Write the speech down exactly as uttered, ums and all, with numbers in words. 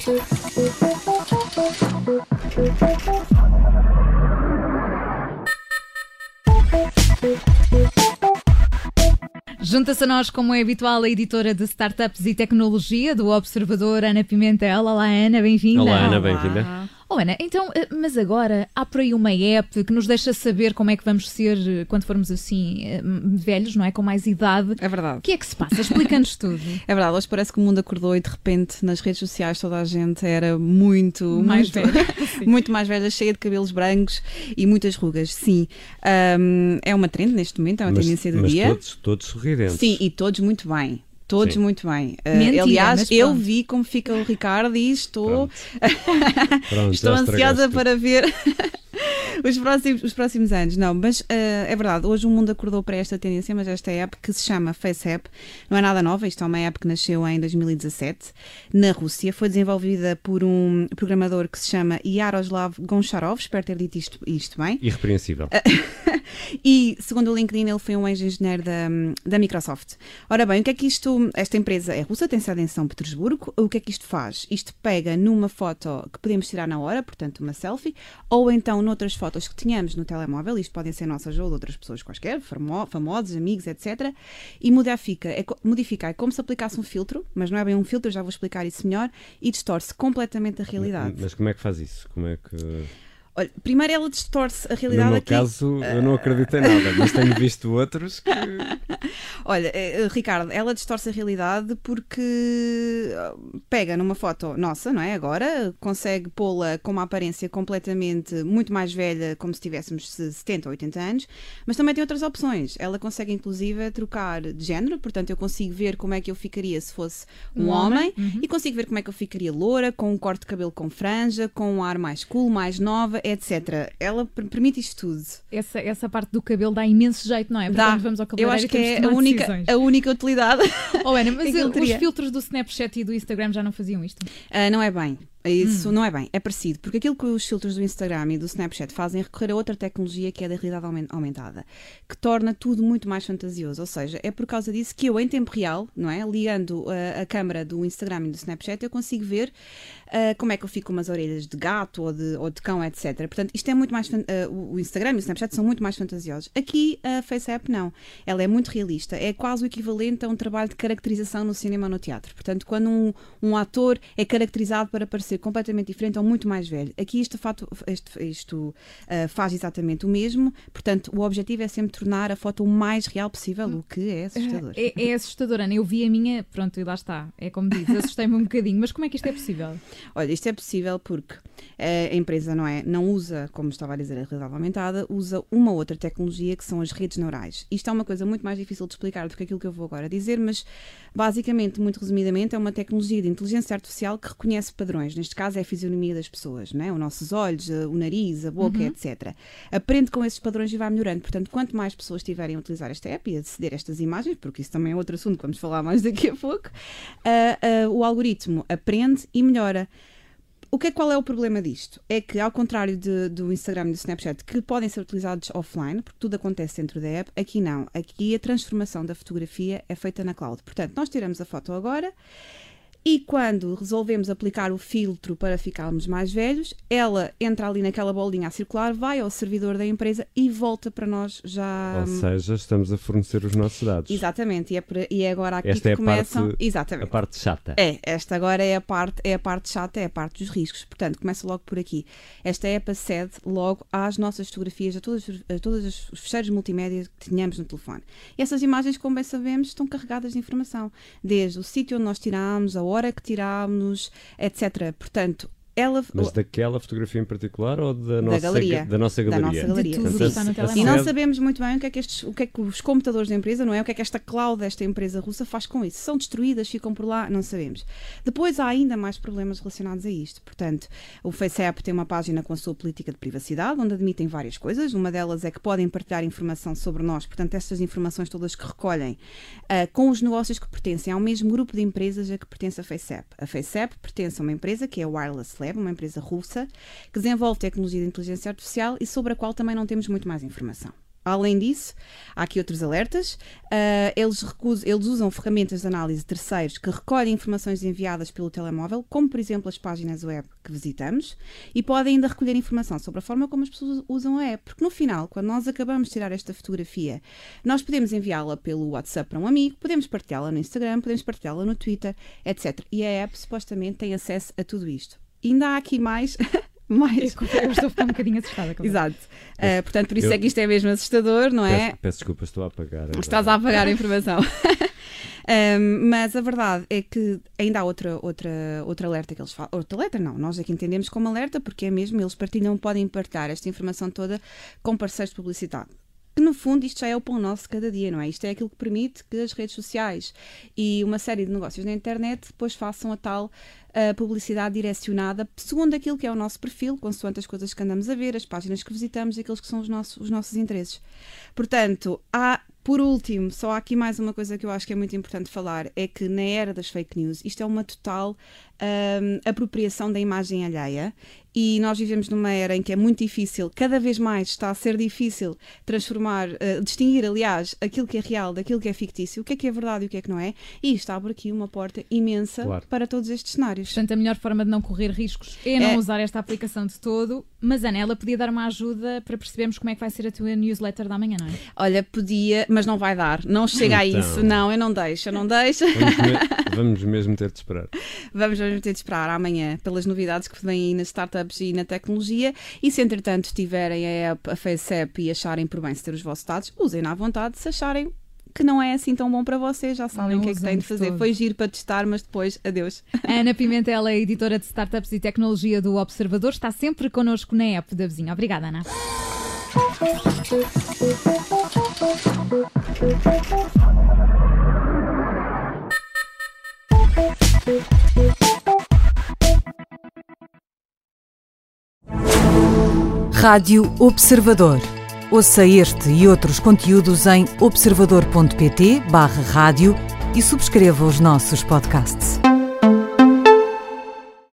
Junta-se a nós, como é habitual, a editora de Startups e Tecnologia do Observador, Ana Pimentel. Olá, Ana, bem-vinda. Olá, Ana, bem-vinda. Oh, Ana, então, mas agora há por aí uma app que nos deixa saber como é que vamos ser quando formos assim velhos, não é? Com mais idade. É verdade. O que é que se passa? Explica-nos tudo. É verdade, hoje parece que o mundo acordou e de repente nas redes sociais toda a gente era muito mais muito, velha. muito mais velha, cheia de cabelos brancos e muitas rugas. Sim, um, é uma trend neste momento, é uma mas, tendência do mas dia. Todos, todos sorridentes. Sim, e todos muito bem. Todos Sim. muito bem. Uh, Mentira, aliás, eu pronto. vi como fica o Ricardo e estou, Pronto, estou já ansiosa estragaste. para ver os, próximos, os próximos anos. Não, mas uh, é verdade, hoje o mundo acordou para esta tendência, mas esta app que se chama FaceApp não é nada nova. Isto é uma app que nasceu em dois mil e dezassete na Rússia. Foi desenvolvida por um programador que se chama Yaroslav Goncharov. Espero ter dito isto, isto bem. Irrepreensível. E, segundo o LinkedIn, ele foi um ex-engenheiro da, da Microsoft. Ora bem, o que é que isto... Esta empresa é russa, tem sede em São Petersburgo. O que é que isto faz? Isto pega numa foto que podemos tirar na hora, portanto uma selfie, ou então noutras fotos que tínhamos no telemóvel, isto podem ser nossas ou de outras pessoas quaisquer, famo- famosos, amigos, etcétera. E modifica é, modifica, é como se aplicasse um filtro, mas não é bem um filtro, já vou explicar isso melhor, e distorce completamente a realidade. Mas como é que faz isso? Como é que... Olha, primeiro ela distorce a realidade No meu aqui. caso, eu não acredito em nada, mas tenho visto outros que... Olha, eh, Ricardo, ela distorce a realidade porque pega numa foto nossa, não é? Agora, consegue pô-la com uma aparência completamente muito mais velha, como se tivéssemos setenta ou oitenta anos, mas também tem outras opções. Ela consegue, inclusive, trocar de género, portanto, eu consigo ver como é que eu ficaria se fosse um, Um homem, homem, uhum. e consigo ver como é que eu ficaria loura, com um corte de cabelo com franja, com um ar mais cool, mais nova, etcétera. Ela per- permite isto tudo. Essa, essa parte do cabelo dá imenso jeito, não é? Porque Dá. quando vamos ao Eu cabeleireiro acho e que temos é de a tomar única, decisões. a única utilidade. Oh, Ana, mas que ele os teria. filtros do Snapchat e do Instagram já não faziam isto? Ah, não é bem. Isso Hum. não é bem, é parecido, porque aquilo que os filtros do Instagram e do Snapchat fazem é recorrer a outra tecnologia que é da realidade aumen- aumentada, que torna tudo muito mais fantasioso, ou seja, é por causa disso que eu, em tempo real, não é, ligando uh, a câmara do Instagram e do Snapchat, eu consigo ver uh, como é que eu fico com umas orelhas de gato ou de, ou de cão, etcétera. Portanto, isto é muito mais, fan- uh, o Instagram e o Snapchat são muito mais fantasiosos. Aqui, a FaceApp não, ela é muito realista, é quase o equivalente a um trabalho de caracterização no cinema ou no teatro. Portanto, quando um, um ator é caracterizado para parecer completamente diferente ou muito mais velho. Aqui isto, fato, isto, isto uh, faz exatamente o mesmo, portanto o objetivo é sempre tornar a foto o mais real possível, o que é assustador. É, é assustador, Ana. Eu vi a minha, pronto, e lá está. É como diz, assustei-me um bocadinho. Mas como é que isto é possível? Olha, isto é possível porque a empresa não, é, não usa, como estava a dizer, a realidade aumentada, usa uma outra tecnologia que são as redes neurais. Isto é uma coisa muito mais difícil de explicar do que aquilo que eu vou agora dizer, mas basicamente, muito resumidamente, é uma tecnologia de inteligência artificial que reconhece padrões. Neste caso é a fisionomia das pessoas, não é? Os nossos olhos, o nariz, a boca, uhum. etcétera. Aprende com esses padrões e vai melhorando. Portanto, quanto mais pessoas estiverem a utilizar esta app e a aceder a estas imagens, porque isso também é outro assunto que vamos falar mais daqui a pouco, uh, uh, o algoritmo aprende e melhora. O que é, qual é o problema disto? É que, ao contrário de, do Instagram e do Snapchat, que podem ser utilizados offline, porque tudo acontece dentro da app, aqui não. Aqui a transformação da fotografia é feita na cloud. Portanto, nós tiramos a foto agora e quando resolvemos aplicar o filtro para ficarmos mais velhos, ela entra ali naquela bolinha a circular, vai ao servidor da empresa e volta para nós já... Ou seja, estamos a fornecer os nossos dados. Exatamente, e é, por, e é agora aqui esta que é começam... a parte, Exatamente. a parte chata. É, esta agora é a, parte, é a parte chata, é a parte dos riscos. Portanto, começa logo por aqui. Esta app acede logo às nossas fotografias, a todos, a todos os fecheiros multimédia que tínhamos no telefone. E essas imagens, como bem sabemos, estão carregadas de informação. Desde o sítio onde nós tirámos, a hora que tirámos, etcétera. Portanto, ela... Mas daquela fotografia em particular ou da, nossa, galeria. da nossa galeria? Da nossa galeria. De tudo Portanto, que está no telemóvel. E não sabemos muito bem o que, é que estes, o que é que os computadores da empresa, não é? O que é que esta cloud desta empresa russa faz com isso. São destruídas, ficam por lá, não sabemos. Depois há ainda mais problemas relacionados a isto. Portanto, o FaceApp tem uma página com a sua política de privacidade, onde admitem várias coisas. Uma delas é que podem partilhar informação sobre nós, portanto, estas informações todas que recolhem uh, com os negócios que pertencem ao mesmo grupo de empresas a que pertence a FaceApp. A FaceApp pertence a uma empresa que é a Wireless Lab, uma empresa russa, que desenvolve tecnologia de inteligência artificial e sobre a qual também não temos muito mais informação. Além disso, há aqui outros alertas. Uh, eles, recusam, eles usam ferramentas de análise de terceiros que recolhem informações enviadas pelo telemóvel, como por exemplo as páginas web que visitamos, e podem ainda recolher informação sobre a forma como as pessoas usam a app, porque no final, quando nós acabamos de tirar esta fotografia, nós podemos enviá-la pelo WhatsApp para um amigo, podemos partilhá-la no Instagram, podemos partilhá-la no Twitter, etcétera. E a app supostamente tem acesso a tudo isto. E ainda há aqui mais... mais... Eu, eu estou a ficar um bocadinho assustada. Exato. Uh, portanto, por isso eu... é que isto é mesmo assustador, não é? Peço, peço desculpa, estou a apagar. Estás a apagar a informação. um, mas a verdade é que ainda há outra, outra, outra alerta que eles falam. Outra alerta não, nós aqui entendemos como alerta porque é mesmo, eles partilham, podem partilhar esta informação toda com parceiros de publicidade. Que no fundo isto já é o pão nosso de cada dia, não é? Isto é aquilo que permite que as redes sociais e uma série de negócios na internet depois façam a tal uh, publicidade direcionada segundo aquilo que é o nosso perfil, consoante as coisas que andamos a ver, as páginas que visitamos e aqueles que são os nossos, os nossos interesses. Portanto, há, por último, só há aqui mais uma coisa que eu acho que é muito importante falar, é que na era das fake news isto é uma total um, apropriação da imagem alheia. E nós vivemos numa era em que é muito difícil, cada vez mais está a ser difícil transformar, uh, distinguir, aliás, aquilo que é real daquilo que é fictício, o que é que é verdade e o que é que não é, e está por aqui uma porta imensa claro. Para todos estes cenários. Portanto, a melhor forma de não correr riscos é não é... usar esta aplicação de todo, mas Ana, ela podia dar uma ajuda para percebermos como é que vai ser a tua newsletter da manhã, não é? Olha, podia, mas não vai dar, não chega então... a isso, não, eu não deixo, eu não deixo. Vamos, me... Vamos mesmo ter de esperar. Vamos mesmo ter de esperar amanhã, pelas novidades que vêm aí nas startups e na tecnologia, e se entretanto tiverem a app, a FaceApp e acharem por bem se ter os vossos dados, usem-na à vontade. Se acharem que não é assim tão bom para vocês, já sabem o que é que têm de fazer. Todo. Foi giro para testar, mas depois, adeus. Ana Pimentel é editora de Startups e Tecnologia do Observador, está sempre connosco na app da vizinha. Obrigada, Ana. Rádio Observador. Ouça este e outros conteúdos em observador ponto pt barra rádio e subscreva os nossos podcasts.